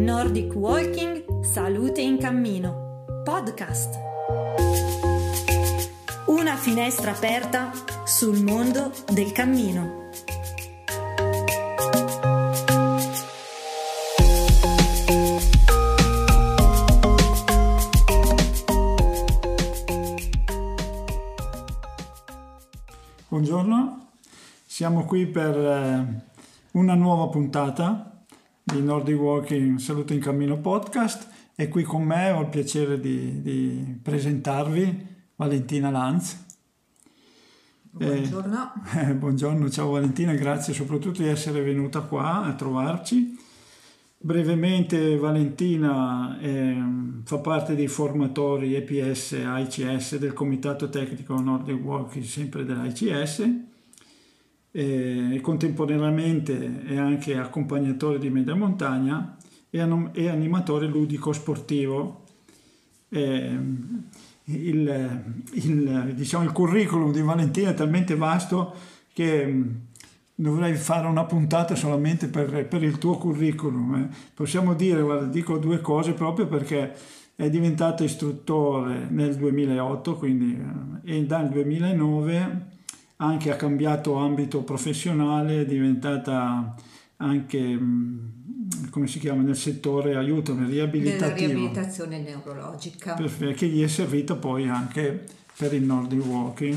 Nordic Walking, Salute in Cammino, podcast. Una finestra aperta sul mondo del cammino. Buongiorno, siamo qui per una nuova puntata di Nordic Walking Salute in Cammino podcast e qui con me ho il piacere di presentarvi Valentina Lanz. Buongiorno. Buongiorno, ciao Valentina, grazie soprattutto di essere venuta qua a trovarci. Brevemente Valentina fa parte dei formatori EPS AICS del Comitato Tecnico Nordic Walking, sempre dell'AICS, e contemporaneamente è anche accompagnatore di media montagna e animatore ludico sportivo. Il curriculum di Valentina è talmente vasto che dovrei fare una puntata solamente per il tuo curriculum. Possiamo dire, guarda, dico due cose proprio perché è diventata istruttore nel 2008, quindi, e dal 2009 anche ha cambiato ambito professionale, è diventata anche, come si chiama, nel settore aiuto riabilitativo. Della riabilitazione neurologica. Che gli è servita poi anche per il Nordic Walking.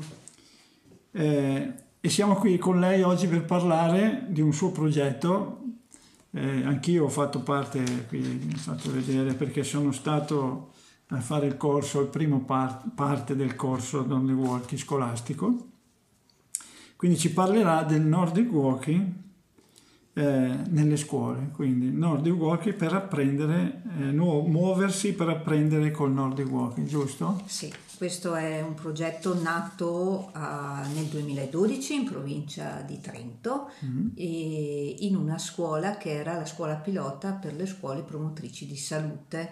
E siamo qui con lei oggi per parlare di un suo progetto. Anch'io ho fatto parte, qui mi ho fatto vedere perché sono stato a fare il corso, il primo parte del corso Nordic Walking scolastico. Quindi ci parlerà del Nordic Walking nelle scuole, quindi Nordic Walking per apprendere, muoversi per apprendere col Nordic Walking, giusto? Sì, questo è un progetto nato nel 2012 in provincia di Trento, e in una scuola che era la scuola pilota per le scuole promotrici di salute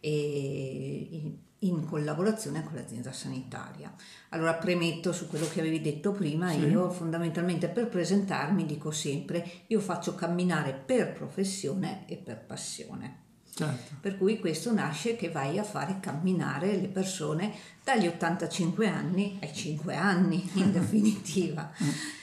e in collaborazione con l'azienda sanitaria. Allora premetto su quello che avevi detto prima, sì. Io fondamentalmente per presentarmi dico sempre, io faccio camminare per professione e per passione. Certo. Per cui questo nasce che vai a fare camminare le persone dagli 85 anni ai 5 anni in definitiva.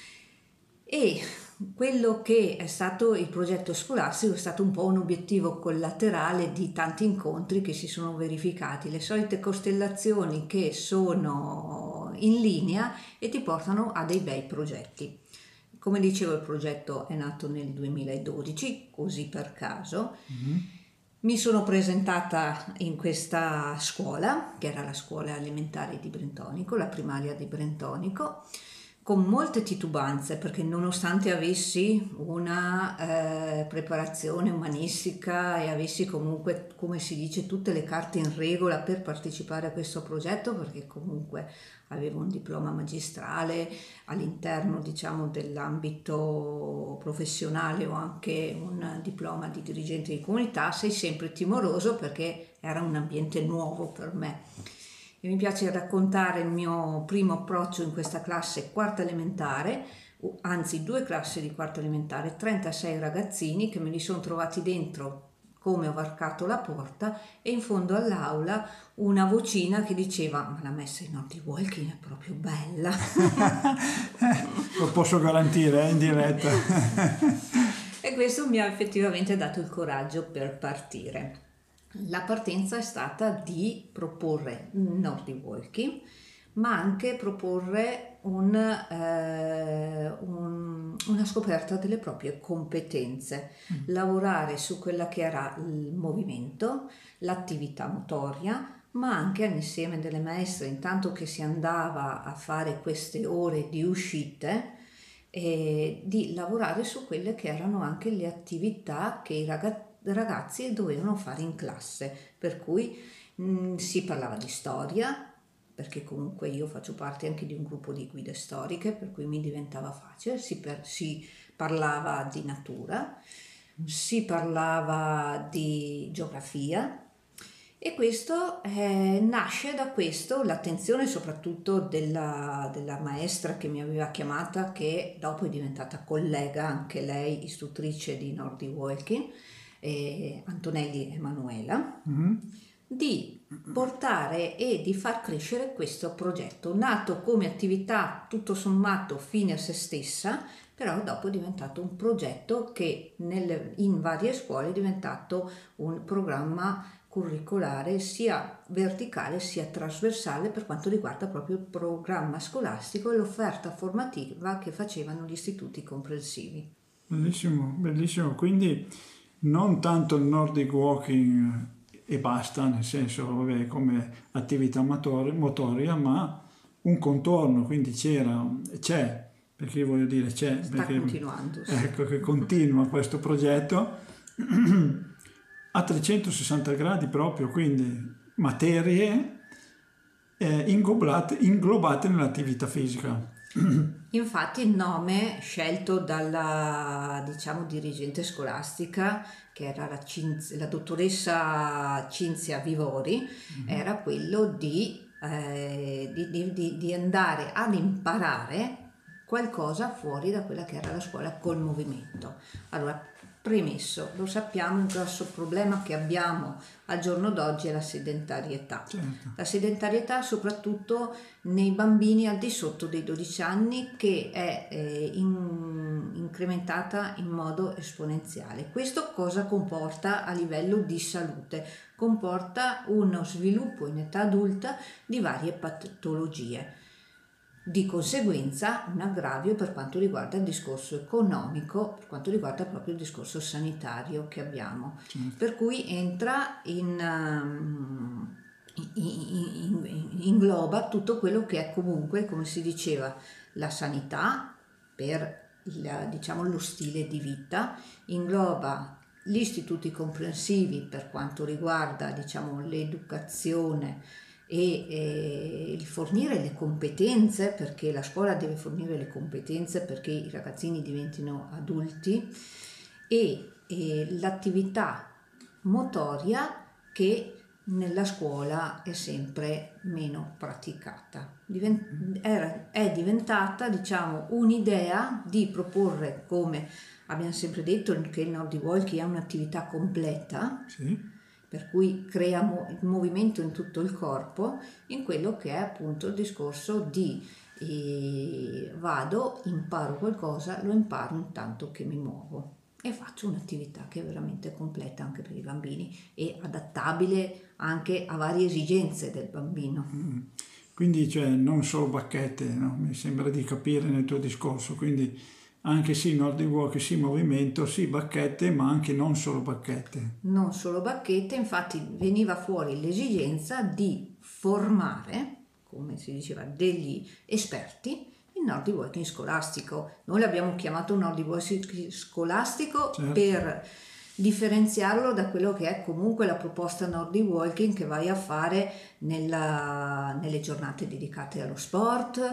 E quello che è stato il progetto scolastico è stato un po' un obiettivo collaterale di tanti incontri che si sono verificati, le solite costellazioni che sono in linea e ti portano a dei bei progetti. Come dicevo, il progetto è nato nel 2012, così per caso. Mi sono presentata in questa scuola, che era la scuola elementare di Brentonico, la primaria di Brentonico, con molte titubanze, perché nonostante avessi una preparazione umanistica e avessi comunque, come si dice, tutte le carte in regola per partecipare a questo progetto, perché comunque avevo un diploma magistrale all'interno, diciamo, dell'ambito professionale, o anche un diploma di dirigente di comunità, sei sempre timoroso perché era un ambiente nuovo per me. E mi piace raccontare il mio primo approccio in questa classe quarta elementare, anzi 2 classi di quarta elementare, 36 ragazzini che me li sono trovati dentro come ho varcato la porta, e in fondo all'aula una vocina che diceva: ma la messa in Nordic Walking è proprio bella. Lo posso garantire, in diretta. E questo mi ha effettivamente dato il coraggio per partire. La partenza è stata di proporre Nordic Walking, ma anche proporre una scoperta delle proprie competenze, lavorare su quella che era il movimento, l'attività motoria, ma anche insieme delle maestre, intanto che si andava a fare queste ore di uscite, di lavorare su quelle che erano anche le attività che i ragazzi dovevano fare in classe, per cui si parlava di storia, perché comunque io faccio parte anche di un gruppo di guide storiche, per cui mi diventava facile, si parlava di natura, si parlava di geografia, e questo nasce da questo, l'attenzione soprattutto della maestra che mi aveva chiamata, che dopo è diventata collega anche lei, istruttrice di Nordic Walking, Antonelli e Manuela, di portare e di far crescere questo progetto, nato come attività tutto sommato fine a se stessa, però dopo è diventato un progetto che in varie scuole è diventato un programma curricolare sia verticale sia trasversale per quanto riguarda proprio il programma scolastico e l'offerta formativa che facevano gli istituti comprensivi. Bellissimo, bellissimo. Quindi non tanto il Nordic Walking e basta, nel senso, vabbè, come attività motoria, ma un contorno, quindi c'è, perché voglio dire c'è. Sta continuando. Sì. Ecco, che continua questo progetto a 360 gradi proprio, quindi materie inglobate nell'attività fisica. Infatti il nome scelto dalla, dirigente scolastica, che era la dottoressa Cinzia Vivori, era quello di andare ad imparare qualcosa fuori da quella che era la scuola col movimento. Allora, premesso, lo sappiamo, un grosso problema che abbiamo al giorno d'oggi è la sedentarietà. Certo. La sedentarietà soprattutto nei bambini al di sotto dei 12 anni, che è incrementata in modo esponenziale. Questo cosa comporta a livello di salute? Comporta uno sviluppo in età adulta di varie patologie. Di conseguenza un aggravio per quanto riguarda il discorso economico, per quanto riguarda proprio il discorso sanitario che abbiamo. Certo. Per cui entra ingloba tutto quello che è comunque, come si diceva, la sanità per lo stile di vita, ingloba gli istituti comprensivi per quanto riguarda l'educazione e il fornire le competenze, perché la scuola deve fornire le competenze perché i ragazzini diventino adulti, e l'attività motoria che nella scuola è sempre meno praticata. È diventata un'idea di proporre, come abbiamo sempre detto, che il Nordic Walking è un'attività completa. Sì. Per cui creiamo il movimento in tutto il corpo, in quello che è appunto il discorso di vado, imparo qualcosa, lo imparo intanto che mi muovo e faccio un'attività che è veramente completa anche per i bambini e adattabile anche a varie esigenze del bambino. Quindi non solo bacchette, no? Mi sembra di capire nel tuo discorso, quindi anche sì Nordic Walking, sì movimento, sì bacchette, ma anche non solo bacchette. Non solo bacchette, infatti veniva fuori l'esigenza di formare, come si diceva, degli esperti in Nordic Walking scolastico. Noi l'abbiamo chiamato Nordic Walking scolastico, certo, per differenziarlo da quello che è comunque la proposta Nordic Walking che vai a fare nelle giornate dedicate allo sport,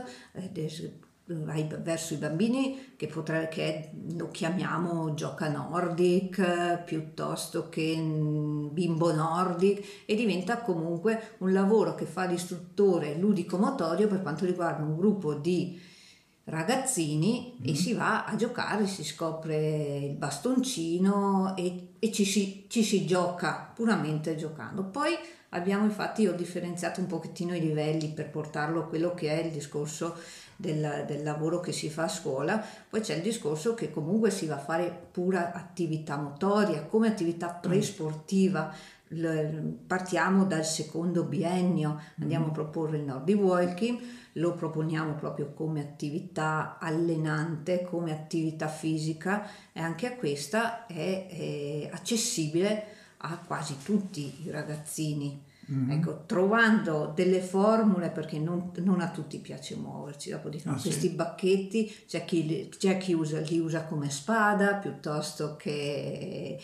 verso i bambini, che lo chiamiamo gioca nordic piuttosto che bimbo nordic, e diventa comunque un lavoro che fa l'istruttore ludico-motorio per quanto riguarda un gruppo di ragazzini e si va a giocare, si scopre il bastoncino e ci si gioca puramente giocando. Poi abbiamo, infatti, io ho differenziato un pochettino i livelli per portarlo a quello che è il discorso del lavoro che si fa a scuola. Poi c'è il discorso che comunque si va a fare pura attività motoria come attività presportiva. Partiamo dal secondo biennio, andiamo a proporre il Nordic Walking, lo proponiamo proprio come attività allenante, come attività fisica, e anche a questa è accessibile a quasi tutti i ragazzini. Ecco, trovando delle formule, perché non a tutti piace muoverci, dopodiché questi bacchetti c'è chi li usa come spada piuttosto che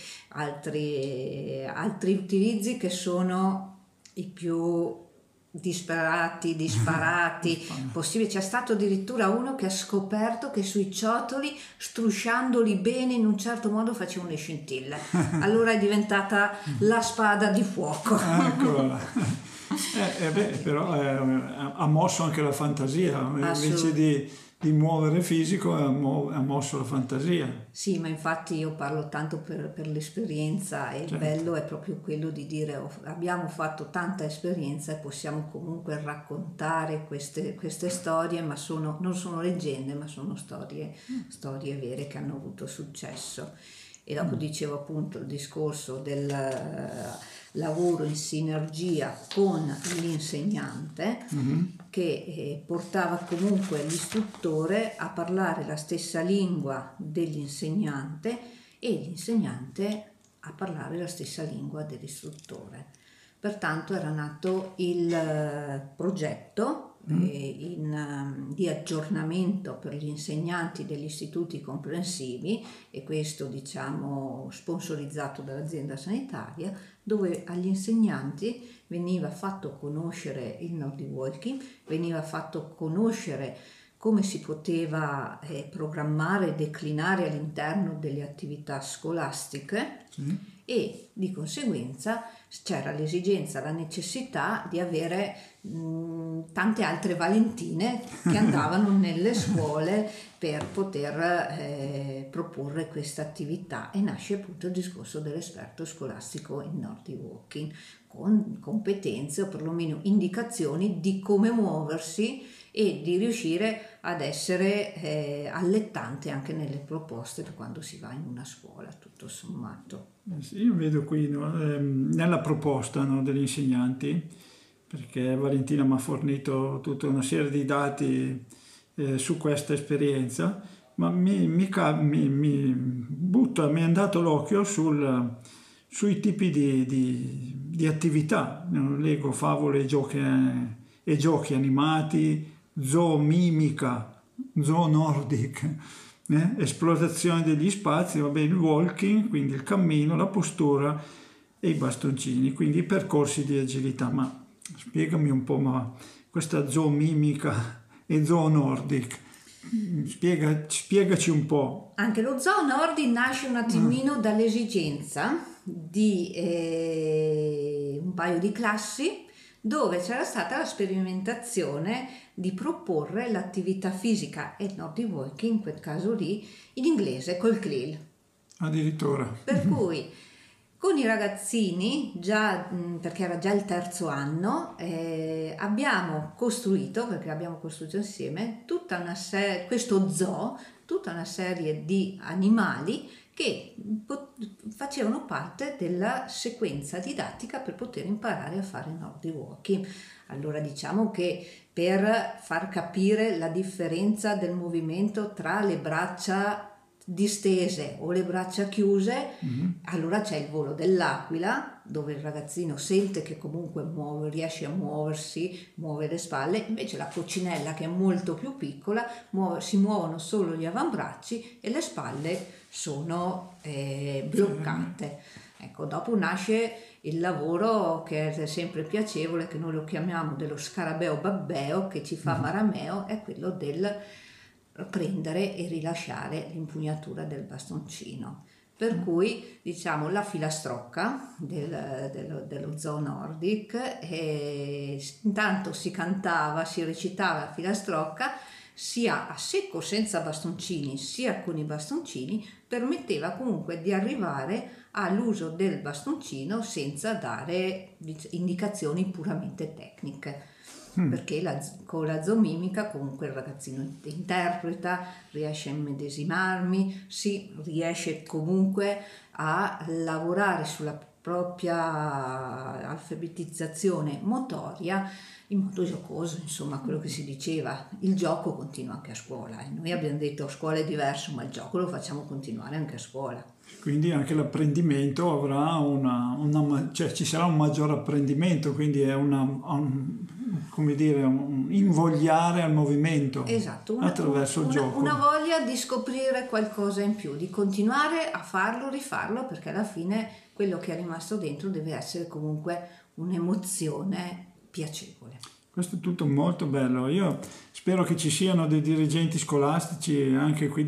altri utilizzi che sono i più disparati possibili. C'è stato addirittura uno che ha scoperto che sui ciotoli, strusciandoli bene in un certo modo, facevano le scintille. Allora è diventata la spada di fuoco. Eccola. Però ha mosso anche la fantasia, invece di muovere fisico ha mosso la fantasia. Sì, ma infatti io parlo tanto per l'esperienza, e Certo. il bello è proprio quello di dire abbiamo fatto tanta esperienza e possiamo comunque raccontare queste storie, ma non sono leggende, ma sono storie vere che hanno avuto successo. E dopo dicevo appunto il discorso del lavoro in sinergia con l'insegnante, che portava comunque l'istruttore a parlare la stessa lingua dell'insegnante e l'insegnante a parlare la stessa lingua dell'istruttore. Pertanto era nato il progetto di aggiornamento per gli insegnanti degli istituti comprensivi, e questo diciamo sponsorizzato dall'azienda sanitaria, dove agli insegnanti veniva fatto conoscere il Nordic Walking, veniva fatto conoscere come si poteva programmare e declinare all'interno delle attività scolastiche, e di conseguenza c'era l'esigenza, la necessità di avere tante altre Valentine che andavano nelle scuole per poter proporre questa attività, e nasce appunto il discorso dell'esperto scolastico in Nordic Walking, con competenze o perlomeno indicazioni di come muoversi e di riuscire ad essere allettante anche nelle proposte quando si va in una scuola, tutto sommato. Io vedo qui, no, nella proposta, no, degli insegnanti, perché Valentina mi ha fornito tutta una serie di dati su questa esperienza, ma mi è andato l'occhio sui tipi di attività. Leggo favole e giochi animati, zoomimica, zoo nordic, esplorazione degli spazi, il walking, quindi il cammino, la postura e i bastoncini, quindi i percorsi di agilità. Ma spiegami un po', ma questa zoomimica e zoo nordic, spiegaci un po'. Anche lo zoo nordic nasce un attimino dall'esigenza di un paio di classi dove c'era stata la sperimentazione di proporre l'attività fisica e il Nordic Walking, in quel caso lì, in inglese col CLIL. Addirittura. Per cui con i ragazzini, perché era già il terzo anno, abbiamo costruito insieme questo zoo, tutta una serie di animali che facevano parte della sequenza didattica per poter imparare a fare Nordic Walking. Allora diciamo che per far capire la differenza del movimento tra le braccia distese o le braccia chiuse, allora c'è il volo dell'aquila, dove il ragazzino sente che comunque riesce a muoversi, muove le spalle, invece la coccinella, che è molto più piccola, si muovono solo gli avambracci e le spalle sono bloccate. Ecco, dopo nasce il lavoro che è sempre piacevole, che noi lo chiamiamo dello scarabeo babbeo, che ci fa marameo, è quello del prendere e rilasciare l'impugnatura del bastoncino. Per cui diciamo la filastrocca dello zoo nordic, intanto si cantava, si recitava la filastrocca sia a secco senza bastoncini sia con i bastoncini, permetteva comunque di arrivare all'uso del bastoncino senza dare indicazioni puramente tecniche. Perché con la zoomimica comunque il ragazzino interpreta, riesce a immedesimarmi, riesce comunque a lavorare sulla propria alfabetizzazione motoria in modo giocoso, insomma, quello che si diceva, il gioco continua anche a scuola, e noi abbiamo detto a scuola è diverso, ma il gioco lo facciamo continuare anche a scuola. Quindi anche l'apprendimento avrà cioè ci sarà un maggior apprendimento, quindi è un invogliare al movimento. Esatto, attraverso il gioco. Una voglia di scoprire qualcosa in più, di continuare a farlo, rifarlo, perché alla fine quello che è rimasto dentro deve essere comunque un'emozione piacevole. Questo è tutto molto bello. Io spero che ci siano dei dirigenti scolastici anche qui,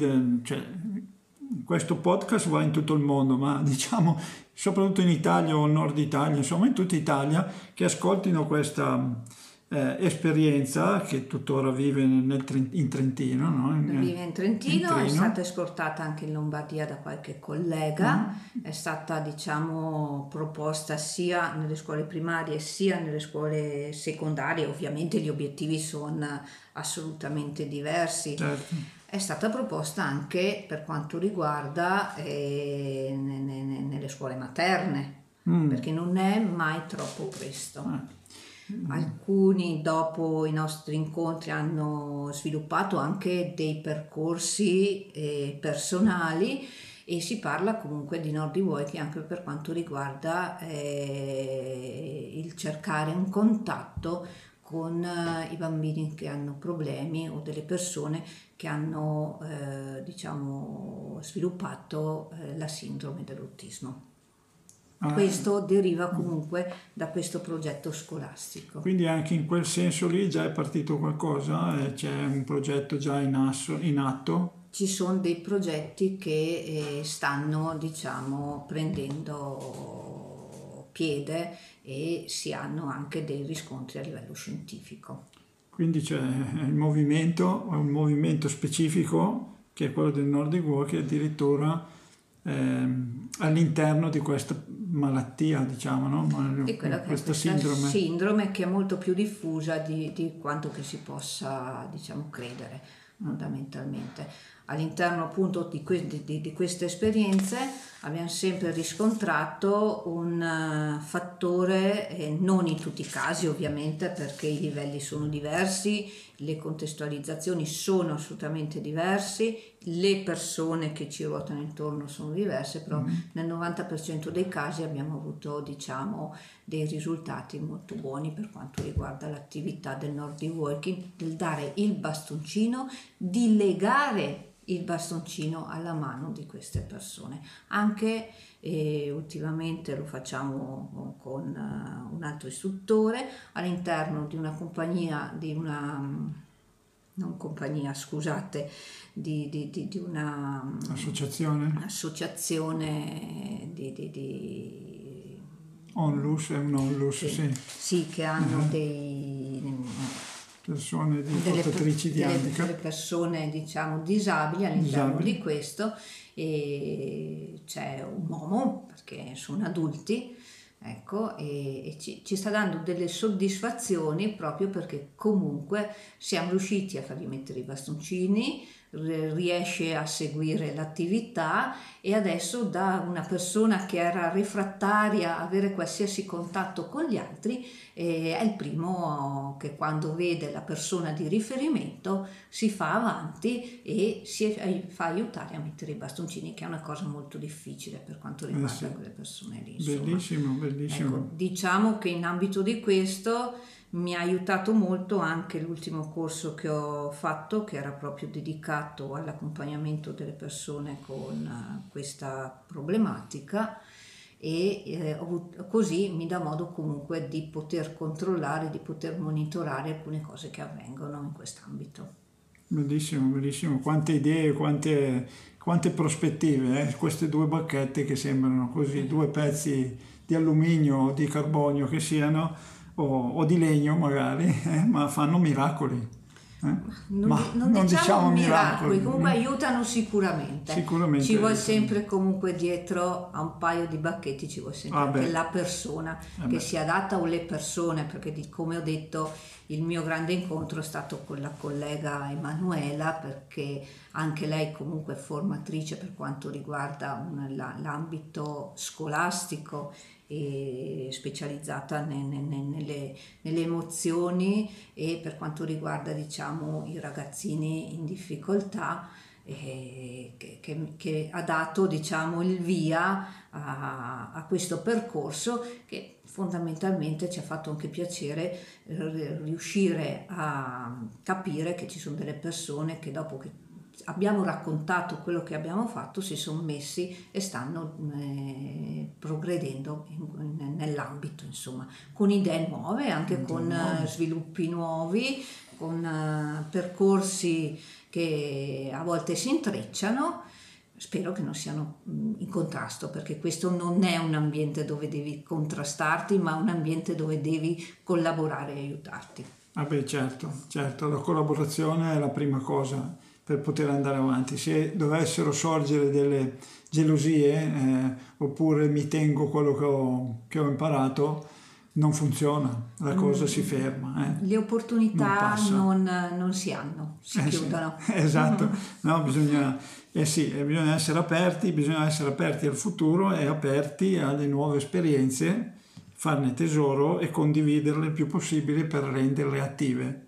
questo podcast va in tutto il mondo, ma diciamo soprattutto in Italia o al nord Italia, insomma in tutta Italia, che ascoltino questa esperienza che tuttora vive in Trentino, no? Vive in Trentino, è stata esportata anche in Lombardia da qualche collega, è stata diciamo proposta sia nelle scuole primarie sia nelle scuole secondarie, ovviamente gli obiettivi sono assolutamente diversi. Certo. È stata proposta anche per quanto riguarda nelle scuole materne, perché non è mai troppo presto. Alcuni dopo i nostri incontri hanno sviluppato anche dei percorsi personali e si parla comunque di Nordic Walking anche per quanto riguarda il cercare un contatto con i bambini che hanno problemi o delle persone che hanno diciamo sviluppato la sindrome dell'autismo. Questo deriva comunque da questo progetto scolastico. Quindi anche in quel senso lì già è partito qualcosa? C'è un progetto già in atto? Ci sono dei progetti che stanno diciamo prendendo piede e si hanno anche dei riscontri a livello scientifico. Quindi c'è un movimento specifico che è quello del Nordic Walking addirittura all'interno di questa malattia, diciamo, no? E quella che questa sindrome che è molto più diffusa di quanto che si possa, diciamo, credere fondamentalmente. All'interno appunto di queste esperienze abbiamo sempre riscontrato un fattore, non in tutti i casi ovviamente perché i livelli sono diversi, le contestualizzazioni sono assolutamente diversi, le persone che ci ruotano intorno sono diverse, però nel 90% dei casi abbiamo avuto diciamo dei risultati molto buoni per quanto riguarda l'attività del Nordic Walking, del dare il bastoncino, di legare il bastoncino alla mano di queste persone. Anche ultimamente lo facciamo con un altro istruttore all'interno di una compagnia, di una associazione di Onlus, è un Onlus, sì, che hanno persone portatrici di handicap, delle persone diciamo disabili all'interno di questo, e c'è un uomo perché sono adulti, ecco, e ci sta dando delle soddisfazioni proprio perché comunque siamo riusciti a fargli mettere i bastoncini, riesce a seguire l'attività e adesso da una persona che era refrattaria a avere qualsiasi contatto con gli altri è il primo che quando vede la persona di riferimento si fa avanti e si fa aiutare a mettere i bastoncini, che è una cosa molto difficile per quanto riguarda quelle persone lì. Bellissimo. Ecco, diciamo che in ambito di questo mi ha aiutato molto anche l'ultimo corso che ho fatto, che era proprio dedicato all'accompagnamento delle persone con questa problematica, e così mi dà modo comunque di poter controllare, di poter monitorare alcune cose che avvengono in quest'ambito. Bellissimo, quante idee, quante prospettive, queste due bacchette che sembrano così, due pezzi di alluminio o di carbonio che siano, o di legno magari, ma fanno miracoli. Non diciamo miracoli, comunque aiutano sicuramente. Ci vuole sempre comunque dietro a un paio di bacchetti, ci vuole sempre anche la persona che si adatta, o le persone, perché come ho detto il mio grande incontro è stato con la collega Emanuela, perché anche lei comunque è formatrice per quanto riguarda l'ambito scolastico e specializzata nelle emozioni, e per quanto riguarda diciamo i ragazzini in difficoltà, che ha dato diciamo il via a questo percorso, che fondamentalmente ci ha fatto anche piacere riuscire a capire che ci sono delle persone che dopo che abbiamo raccontato quello che abbiamo fatto si sono messi e stanno progredendo nell'ambito, insomma, con idee nuove, anche con sviluppi nuovi, con percorsi che a volte si intrecciano, spero che non siano in contrasto, perché questo non è un ambiente dove devi contrastarti, ma un ambiente dove devi collaborare e aiutarti. Ah beh, certo, la collaborazione è la prima cosa per poter andare avanti. Se dovessero sorgere delle gelosie, oppure mi tengo quello che ho imparato, non funziona, la cosa si ferma. Le opportunità non si hanno, si chiudono. Sì, esatto, no, bisogna essere aperti al futuro e aperti alle nuove esperienze, farne tesoro e condividerle il più possibile per renderle attive.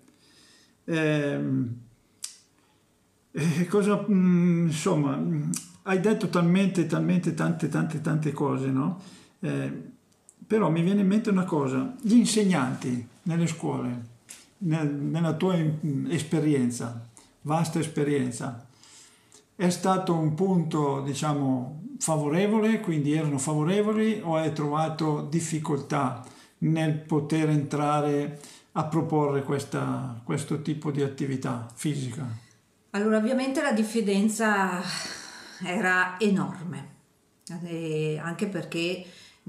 Insomma, hai detto talmente tante cose, no? Però mi viene in mente una cosa: gli insegnanti nelle scuole, nella tua esperienza, vasta esperienza, è stato un punto, diciamo, favorevole, quindi erano favorevoli, o hai trovato difficoltà nel poter entrare a proporre questo tipo di attività fisica? Allora, ovviamente la diffidenza era enorme, anche perché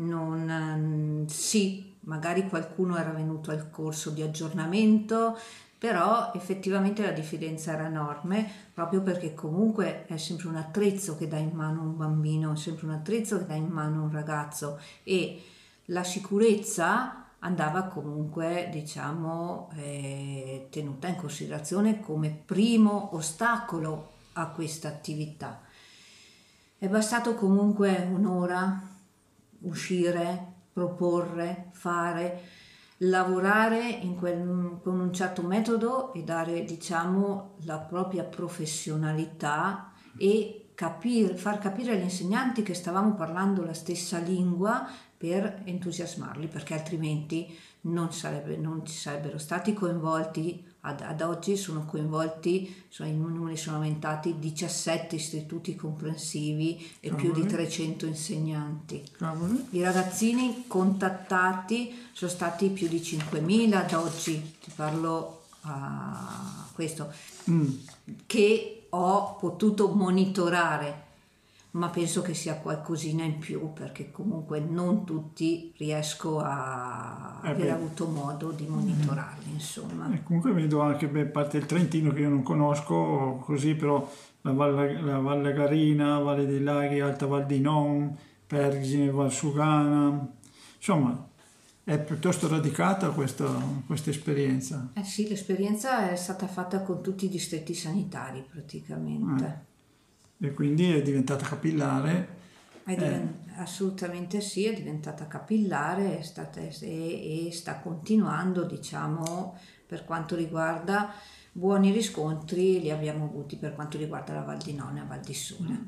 magari qualcuno era venuto al corso di aggiornamento, però effettivamente la diffidenza era enorme, proprio perché comunque è sempre un attrezzo che dà in mano un bambino, è sempre un attrezzo che dà in mano un ragazzo, e la sicurezza andava comunque, diciamo, tenuta in considerazione come primo ostacolo a questa attività. È bastato comunque un'ora uscire, proporre, fare, lavorare con un certo metodo e dare, diciamo, la propria professionalità e far capire agli insegnanti che stavamo parlando la stessa lingua per entusiasmarli, perché altrimenti non ci sarebbero stati coinvolti. Ad oggi sono coinvolti, i numeri sono aumentati, 17 istituti comprensivi e più di 300 insegnanti. I ragazzini contattati sono stati più di 5.000 ad oggi, ti parlo a questo, che ho potuto monitorare, ma penso che sia qualcosina in più, perché comunque non tutti riesco a aver avuto modo di monitorarli, insomma. E comunque vedo anche, a parte il Trentino che io non conosco così, però la Valle Garina, Valle dei Laghi, Alta Val di Non, Pergine, Valsugana, insomma è piuttosto radicata questa esperienza. Sì, l'esperienza è stata fatta con tutti i distretti sanitari praticamente. E quindi è diventata capillare. Assolutamente sì, è diventata capillare e sta continuando, diciamo, per quanto riguarda buoni riscontri li abbiamo avuti per quanto riguarda la Val di Non e la Val di Sole.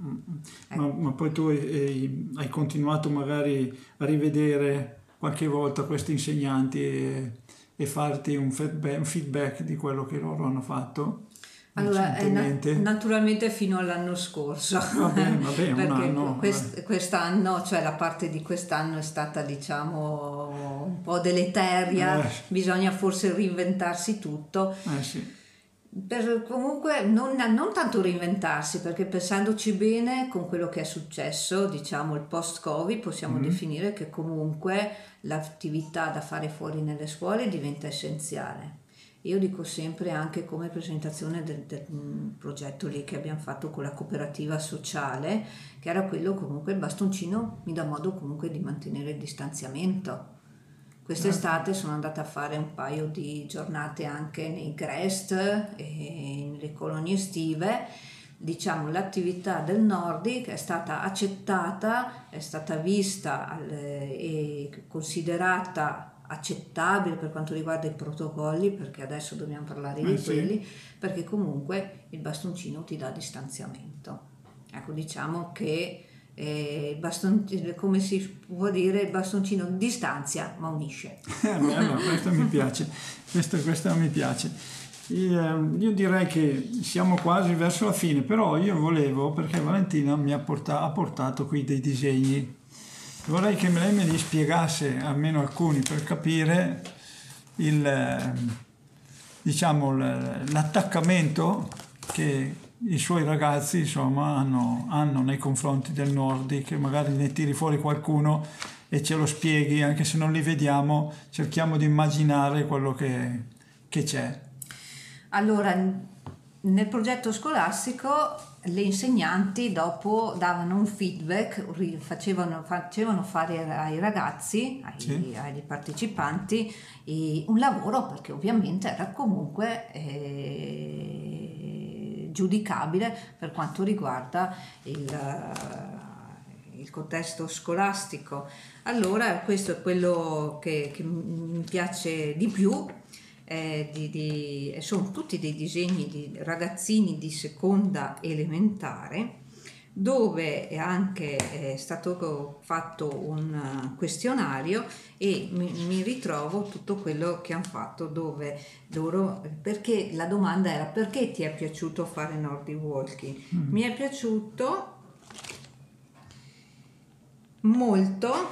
Ma poi tu hai continuato magari a rivedere qualche volta questi insegnanti e farti un feedback di quello che loro hanno fatto? Allora, naturalmente fino all'anno scorso, vabbè, perché un anno, quest'anno, cioè la parte di quest'anno è stata, diciamo, un po' deleteria, bisogna forse reinventarsi tutto. Sì. Comunque non tanto reinventarsi, perché pensandoci bene, con quello che è successo, diciamo il post-Covid, possiamo definire che comunque l'attività da fare fuori nelle scuole diventa essenziale. Io dico sempre, anche come presentazione del progetto lì che abbiamo fatto con la cooperativa sociale, che era quello, comunque il bastoncino mi dà modo comunque di mantenere il distanziamento. Quest'estate sono andata a fare un paio di giornate anche nei Grest e nelle colonie estive. Diciamo, l'attività del Nordic è stata accettata, è stata vista e considerata accettabile per quanto riguarda i protocolli, perché adesso dobbiamo parlare di quelli, perché comunque il bastoncino ti dà distanziamento. Ecco, diciamo che come si può dire, il bastoncino distanzia ma unisce. Allora, questo mi piace, questo mi piace. Io direi che siamo quasi verso la fine, però io volevo, perché Valentina mi ha portato qui dei disegni, vorrei che lei me li spiegasse almeno alcuni per capire diciamo, l'attaccamento che i suoi ragazzi insomma hanno nei confronti del Nordic, magari ne tiri fuori qualcuno e ce lo spieghi, anche se non li vediamo, cerchiamo di immaginare quello che c'è. Allora, nel progetto scolastico le insegnanti dopo davano un feedback, facevano fare ai ragazzi, ai partecipanti, un lavoro, perché ovviamente era comunque giudicabile per quanto riguarda il contesto scolastico. Allora questo è quello che mi piace di più. Sono tutti dei disegni di ragazzini di seconda elementare, dove è stato fatto un questionario e mi ritrovo tutto quello che hanno fatto, dove loro, perché la domanda era: perché ti è piaciuto fare Nordic Walking? Mi è piaciuto molto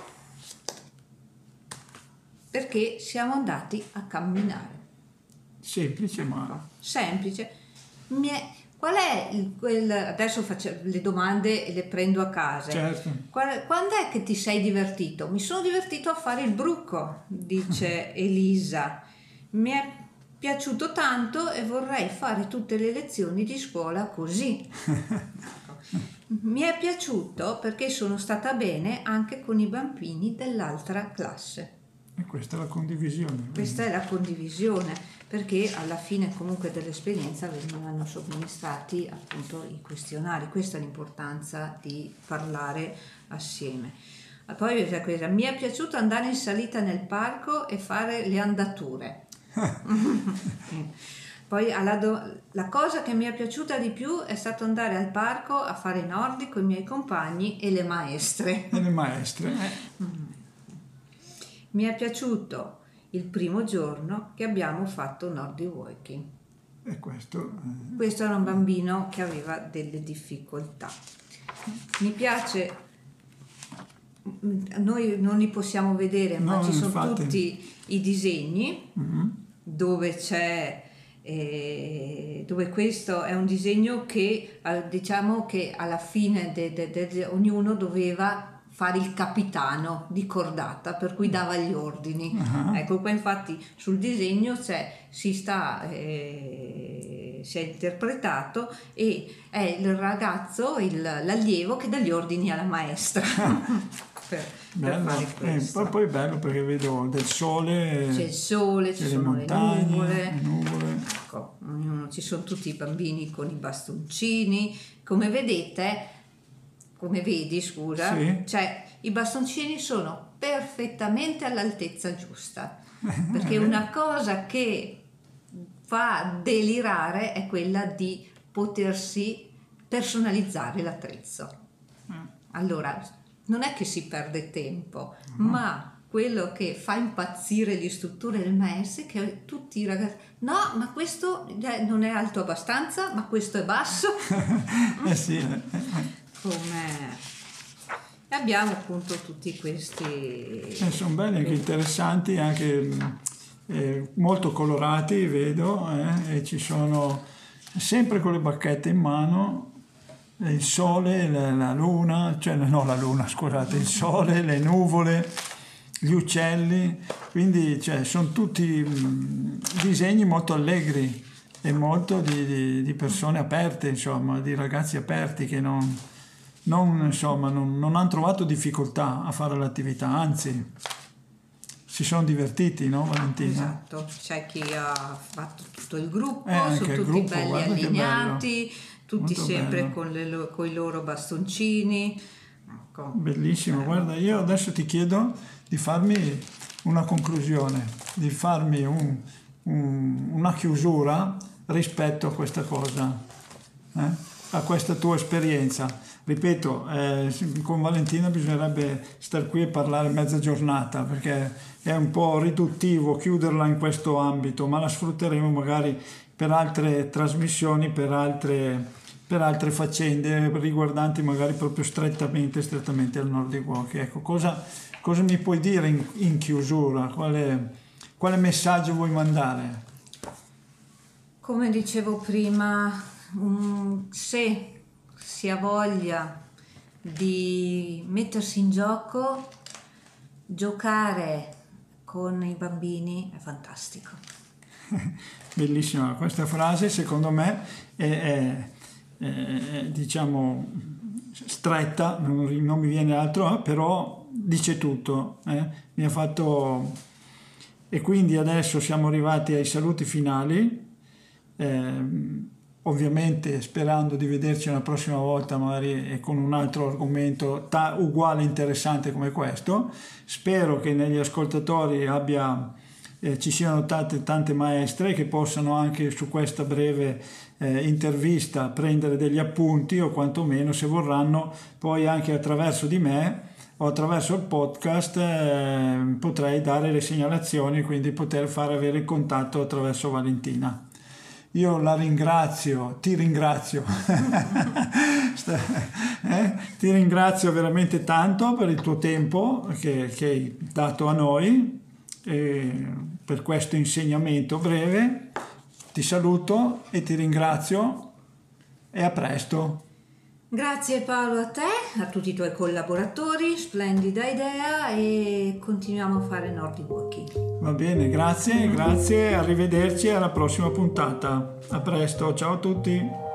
perché siamo andati a camminare. Semplice, ma semplice. Qual è adesso faccio le domande e le prendo a casa. certo. Quando è che ti sei divertito? Mi sono divertito a fare il bruco, dice Elisa. Mi è piaciuto tanto e vorrei fare tutte le lezioni di scuola così. Mi è piaciuto perché sono stata bene anche con i bambini dell'altra classe. E questa è la condivisione. Questa è la condivisione, perché alla fine comunque dell'esperienza venivano somministrati appunto i questionari. Questa è l'importanza di parlare assieme. Poi mi è piaciuto andare in salita nel parco e fare le andature. Poi la cosa che mi è piaciuta di più è stato andare al parco a fare Nordic con i miei compagni e le maestre. E le maestre. Mi è piaciuto il primo giorno che abbiamo fatto Nordic Walking. E questo era un bambino che aveva delle difficoltà. Mi piace, noi non li possiamo vedere, ma ci sono infatti. tutti i disegni dove c'è, dove questo è un disegno che diciamo che alla fine ognuno doveva fare il capitano di cordata, per cui dava gli ordini. Ecco qua infatti sul disegno si è interpretato e è il ragazzo, l'allievo che dà gli ordini alla maestra. per fare questo. Poi è bello perché vedo del sole, c'è il sole, ci le sono montagne, le nuvole. Ecco, ci sono tutti i bambini con i bastoncini, come vedi, scusa, sì. Cioè i bastoncini sono perfettamente all'altezza giusta, perché una cosa che fa delirare è quella di potersi personalizzare l'attrezzo. Allora, non è che si perde tempo, ma quello che fa impazzire l'istruttore del maestro è che tutti i ragazzi: no, ma questo non è alto abbastanza, ma questo è basso. Sì. Come abbiamo appunto tutti questi sono belli, anche interessanti, anche molto colorati, vedo, e ci sono sempre con le bacchette in mano, il sole, la luna, il sole, le nuvole, gli uccelli, quindi sono tutti disegni molto allegri e molto di persone aperte, insomma, di ragazzi aperti che non hanno trovato difficoltà a fare l'attività, anzi si sono divertiti, no Valentina? Esatto, c'è chi ha fatto tutto il gruppo, sono tutti gruppo, belli allineati, tutti molto sempre bello. con i loro bastoncini. Ecco. Bellissimo, guarda, io adesso ti chiedo di farmi una conclusione, di farmi una chiusura rispetto a questa cosa, a questa tua esperienza. Ripeto, con Valentina bisognerebbe star qui e parlare mezza giornata, perché è un po' riduttivo chiuderla in questo ambito, ma la sfrutteremo magari per altre trasmissioni, per altre faccende riguardanti magari proprio strettamente al Nordic Walking. Ecco, cosa mi puoi dire in chiusura? Quale messaggio vuoi mandare? Come dicevo prima, se si ha voglia di mettersi in gioco, giocare con i bambini è fantastico. Bellissima questa frase, secondo me è diciamo stretta, non mi viene altro, però dice tutto, mi ha fatto. E quindi adesso siamo arrivati ai saluti finali, ovviamente sperando di vederci una prossima volta magari con un altro argomento uguale interessante come questo. Spero che negli ascoltatori ci siano tante maestre che possano anche su questa breve intervista prendere degli appunti, o quantomeno, se vorranno, poi anche attraverso di me o attraverso il podcast potrei dare le segnalazioni, quindi poter far avere il contatto attraverso Valentina. Io la ringrazio, ti ringrazio, ti ringrazio veramente tanto per il tuo tempo che hai dato a noi, per questo insegnamento breve. Ti saluto e ti ringrazio e a presto. Grazie Paolo, a te, a tutti i tuoi collaboratori, splendida idea, e continuiamo a fare Nordic Walking. Va bene, grazie, arrivederci alla prossima puntata. A presto, ciao a tutti.